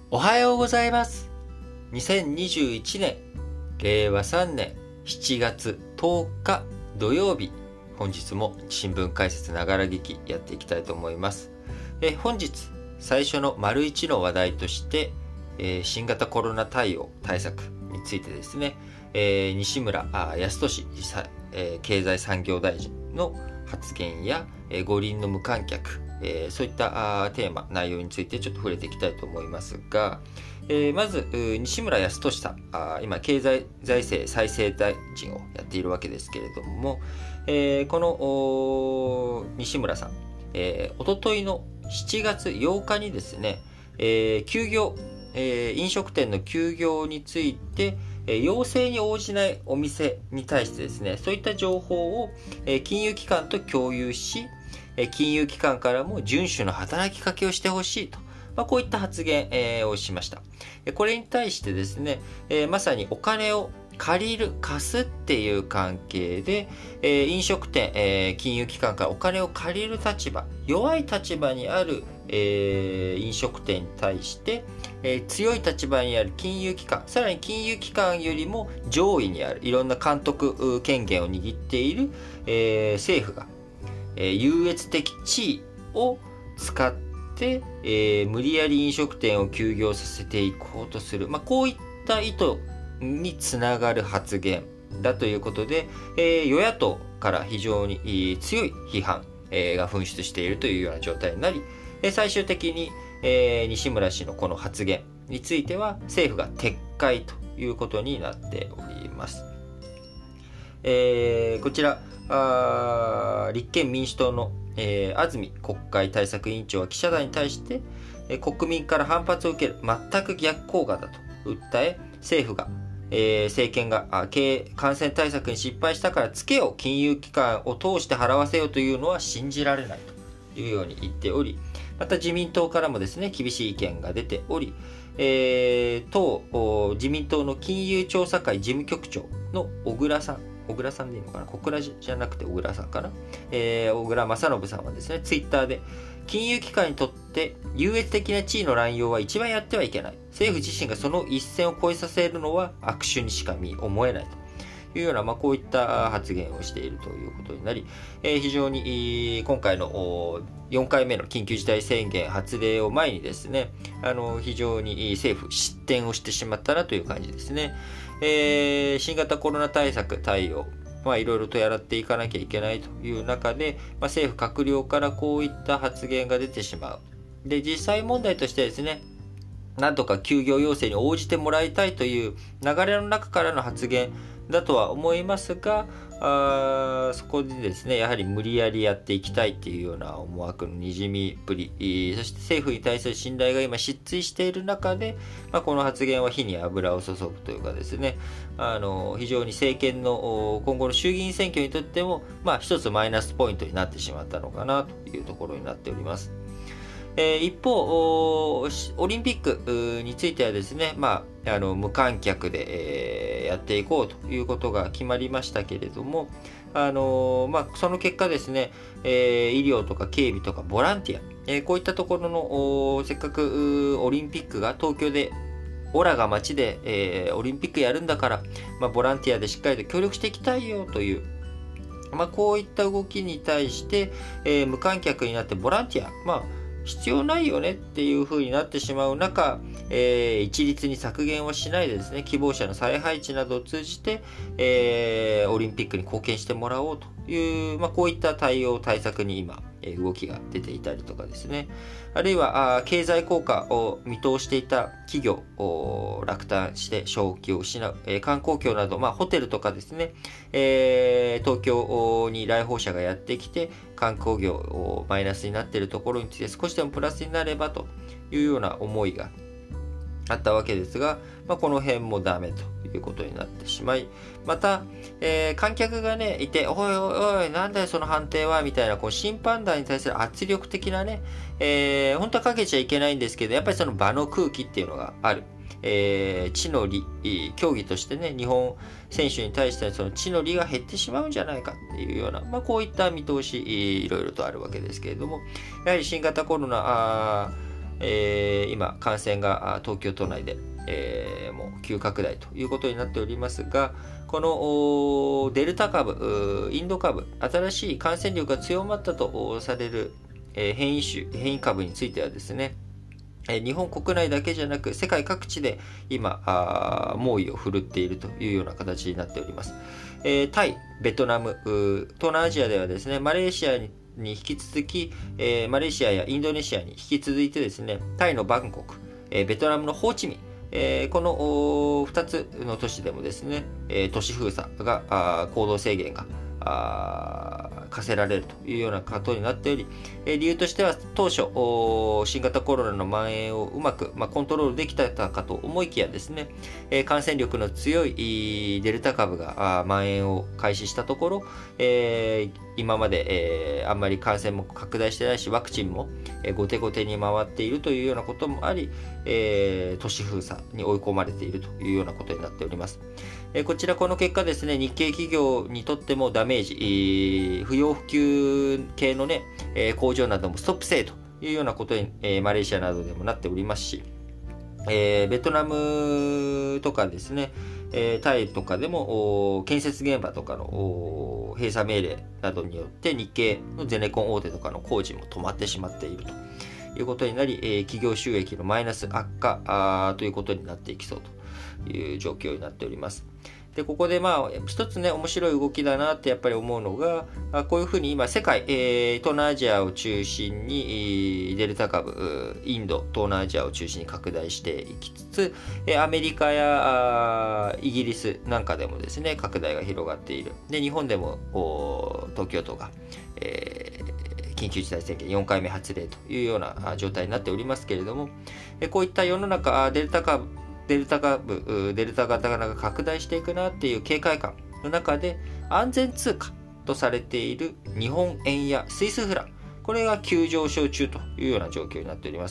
おはようございます。2021年令和3年7月10日土曜日、本日も新聞解説ながら聞きやっていきたいと思います。本日最初の丸1の話題として、新型コロナ対策についてですね、西村康稔経済産業大臣の発言や、五輪の無観客、そういったテーマ内容についてちょっと触れていきたいと思いますが、まず西村康稔さん、今経済財政再生大臣をやっているわけですけれども、この西村さん、おとといの7月8日にですね、休業、飲食店の休業について要請に応じないお店に対してですね、そういった情報を金融機関と共有し、金融機関からも遵守の働きかけをしてほしいと、こういった発言をしました。これに対してですね、まさにお金を借りる、貸すっていう関係で、飲食店、金融機関からお金を借りる立場、弱い立場にある、飲食店に対して、強い立場にある金融機関、さらに金融機関よりも上位にあるいろんな監督権限を握っている、政府が、優越的地位を使って、無理やり飲食店を休業させていこうとする、こういった意図につながる発言だということで、与野党から非常に強い批判が噴出しているというような状態になり、最終的に西村氏のこの発言については政府が撤回ということになっております。こちら立憲民主党の安住国会対策委員長は記者団に対して、国民から反発を受ける全く逆効果だと訴え、政府が政権が感染対策に失敗したからツケを金融機関を通して払わせようというのは信じられないというように言っており、また自民党からもですね、厳しい意見が出ており、自民党の金融調査会事務局長の小倉さんでいいのかな、小倉じゃなくて小倉さんかな、小倉正信さんはですね、ツイッターで、金融機関にとって優越的な地位の乱用は一番やってはいけない。政府自身がその一線を越えさせるのは悪手にしか思えないというような、こういった発言をしているということになり、非常に今回の4回目の緊急事態宣言発令を前にですね、非常に政府失点をしてしまったなという感じですね。新型コロナ対策対応、いろいろとやっていかなきゃいけないという中で、政府閣僚からこういった発言が出てしまう。で、実際問題としてですね、なんとか休業要請に応じてもらいたいという流れの中からの発言だとは思いますが、そこでですね、やはり無理やりやっていきたいっていうような思惑のにじみっぷり、そして政府に対する信頼が今失墜している中で、この発言は火に油を注ぐというかですね、非常に政権の今後の衆議院選挙にとっても、一つマイナスポイントになってしまったのかなというところになっております。一方、オリンピックについてはですね、無観客で、やっていこうということが決まりましたけれども、その結果ですね、医療とか警備とかボランティア、こういったところのせっかくオリンピックが東京でオラが街で、オリンピックやるんだから、ボランティアでしっかりと協力していきたいよという、こういった動きに対して、無観客になってボランティア、必要ないよねっていう風になってしまう中、一律に削減をしないでですね、希望者の再配置などを通じて、オリンピックに貢献してもらおうという、こういった対策に今、動きが出ていたりとかですね、あるいは経済効果を見通していた企業落胆して正気を失う、観光業など、ホテルとかですね、東京に来訪者がやってきて観光業マイナスになっているところについて少しでもプラスになればというような思いがあったわけですが、この辺もダメということになってしまい、また、観客がねいて、おいおいおいなんだよその判定はみたいな、審判団に対する圧力的なね、本当はかけちゃいけないんですけど、やっぱりその場の空気っていうのがある。地の利、競技としてね、日本選手に対してはその地の利が減ってしまうんじゃないかっていうような、こういった見通し、いろいろとあるわけですけれども、やはり新型コロナ今感染が東京都内で、もう急拡大ということになっておりますが、このデルタ株、インド株、新しい感染力が強まったとされる変異株についてはですね、日本国内だけじゃなく世界各地で今猛威を振るっているというような形になっております。タイ、ベトナム、東南アジアではですね、マレーシアに引き続き、マレーシアやインドネシアに引き続いてですね、タイのバンコク、ベトナムのホーチミン、この2つの都市でもですね、都市封鎖が行動制限が課せられるというようなことになっており、理由としては当初新型コロナの蔓延をうまくコントロールできたかと思いきやですね、感染力の強いデルタ株が蔓延を開始したところ、今まであんまり感染も拡大してないし、ワクチンも後手後手に回っているというようなこともあり、都市封鎖に追い込まれているというようなことになっております。こちらこの結果ですね、日系企業にとってもダメージ、不要不急系のね、工場などもストップせえというようなことに、マレーシアなどでもなっておりますし、ベトナムとかですね、タイとかでも建設現場とかの閉鎖命令などによって日系のゼネコン大手とかの工事も止まってしまっているということになり、企業収益のマイナス悪化ということになっていきそうという状況になっております。でここで一つね面白い動きだなってやっぱり思うのが、こういうふうに今世界、東南アジアを中心にデルタ株、インド、東南アジアを中心に拡大していきつつ、アメリカやイギリスなんかでもですね拡大が広がっている。で日本でも東京都が、緊急事態宣言4回目発令というような状態になっておりますけれども、こういった世の中デルタ型が拡大していくなっていう警戒感の中で、安全通貨とされている日本円やスイスフラン、これが急上昇中というような状況になっております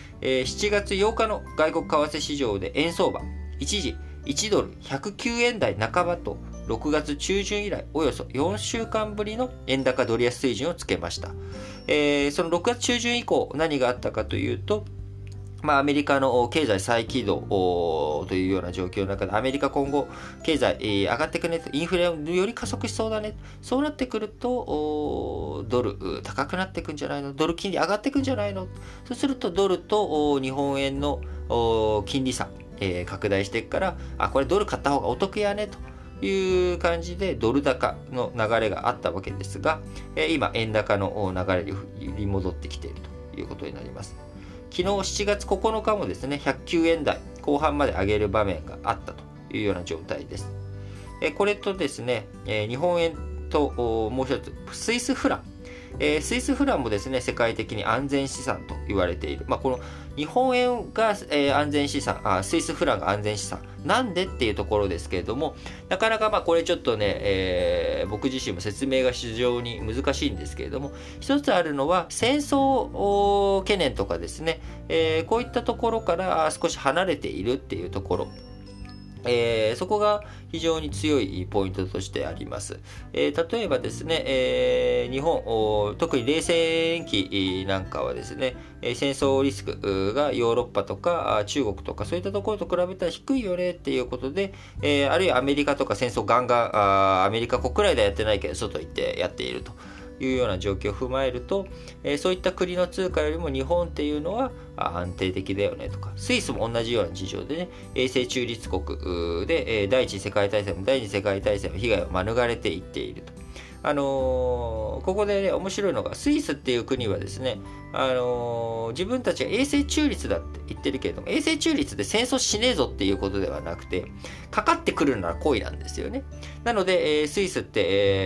。7月8日の外国為替市場で円相場一時1ドル109円台半ばと6月中旬以来およそ4週間ぶりの円高ドル安水準をつけました。その6月中旬以降何があったかというと、アメリカの経済再起動というような状況の中で、アメリカ今後経済上がってくねと、インフレをより加速しそうだね、そうなってくるとドル高くなってくんじゃないの、ドル金利上がってくんじゃないの、そうするとドルと日本円の金利差拡大していくから、これドル買った方がお得やねという感じでドル高の流れがあったわけですが、今円高の流れに振り戻ってきているということになります。昨日7月9日もですね、109円台後半まで上げる場面があったというような状態です。これとですね、日本円ともう一つ、スイスフラン。スイスフランもですね、世界的に安全資産と言われている。この日本円が、安全資産、スイスフランが安全資産。なんでっていうところですけれども、なかなかこれちょっとね、僕自身も説明が非常に難しいんですけれども、一つあるのは戦争懸念とかですね、こういったところから少し離れているっていうところ。そこが非常に強いポイントとしてあります。例えばですね、日本、特に冷戦期なんかはですね、戦争リスクがヨーロッパとか中国とかそういったところと比べたら低いよねっていうことで、あるいはアメリカとか戦争ガンガンアメリカ国内ではやってないけど外行ってやっているというような状況を踏まえると、そういった国の通貨よりも日本っていうのは安定的だよねとか、スイスも同じような事情でね、永世中立国で第一次世界大戦も第二次世界大戦の被害を免れていっていると。ここでね、面白いのが、スイスっていう国はですね、自分たちが永世中立だって言ってるけれども、永世中立で戦争しねえぞっていうことではなくて、かかってくるなら来いなんですよね。なので、スイスって、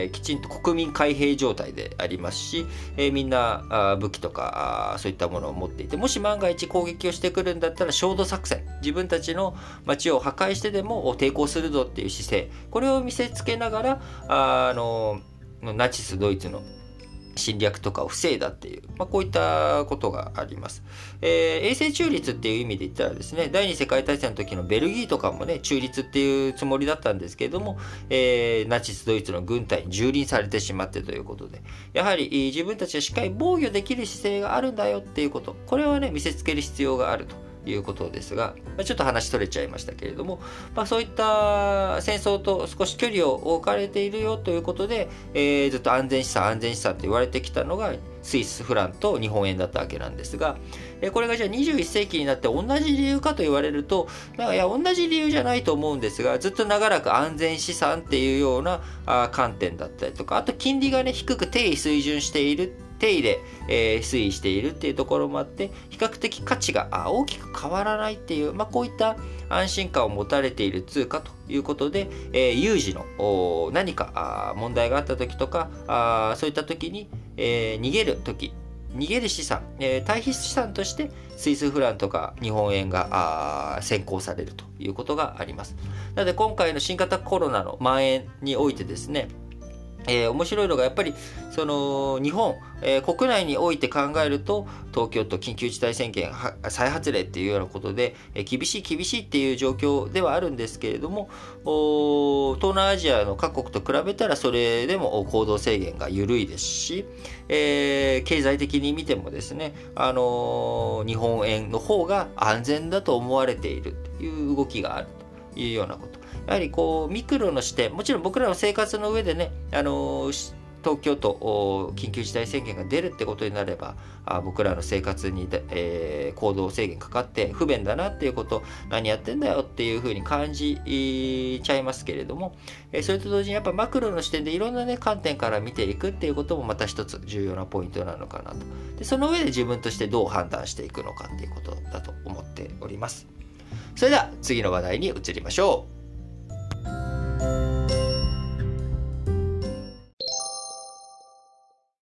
きちんと国民開閉状態でありますし、みんな武器とかそういったものを持っていて、もし万が一攻撃をしてくるんだったら焦土作戦、自分たちの町を破壊してでも抵抗するぞっていう姿勢、これを見せつけながらナチスドイツの侵略とかを防いだっていう、こういったことがあります。永世中立っていう意味で言ったらですね、第二次世界大戦の時のベルギーとかもね、中立っていうつもりだったんですけれども、ナチスドイツの軍隊に蹂躙されてしまってということで、やはり自分たちはしっかり防御できる姿勢があるんだよっていうこと、これはね、見せつける必要があるということですが、ちょっと話取れちゃいましたけれども、そういった戦争と少し距離を置かれているよということで、ずっと安全資産と言われてきたのがスイスフランと日本円だったわけなんですが、これがじゃあ21世紀になって同じ理由かと言われると、いや同じ理由じゃないと思うんですが、ずっと長らく安全資産っていうような観点だったりとか、あと金利がね低く低位水準している定位で、推移しているっていうところもあって、比較的価値が大きく変わらないっていう、こういった安心感を持たれている通貨ということで、有事の何か問題があった時とか、そういった時に、逃げる資産、対比資産としてスイスフランとか日本円が先行されるということがあります。なので今回の新型コロナの蔓延においてですね、面白いのがやっぱりその日本、国内において考えると東京都緊急事態宣言再発令っていうようなことで、厳しいっていう状況ではあるんですけれども、東南アジアの各国と比べたらそれでも行動制限が緩いですし、経済的に見てもですね、日本円の方が安全だと思われているという動きがあるというようなこと。やはりこうミクロの視点、もちろん僕らの生活の上でね、東京都緊急事態宣言が出るってことになれば、僕らの生活に、行動制限かかって不便だなっていうこと、何やってんだよっていうふうに感じちゃいますけれども、それと同時にやっぱマクロの視点でいろんなね観点から見ていくっていうこともまた一つ重要なポイントなのかなと。でその上で自分としてどう判断していくのかっていうことだと思っております。それでは次の話題に移りましょう。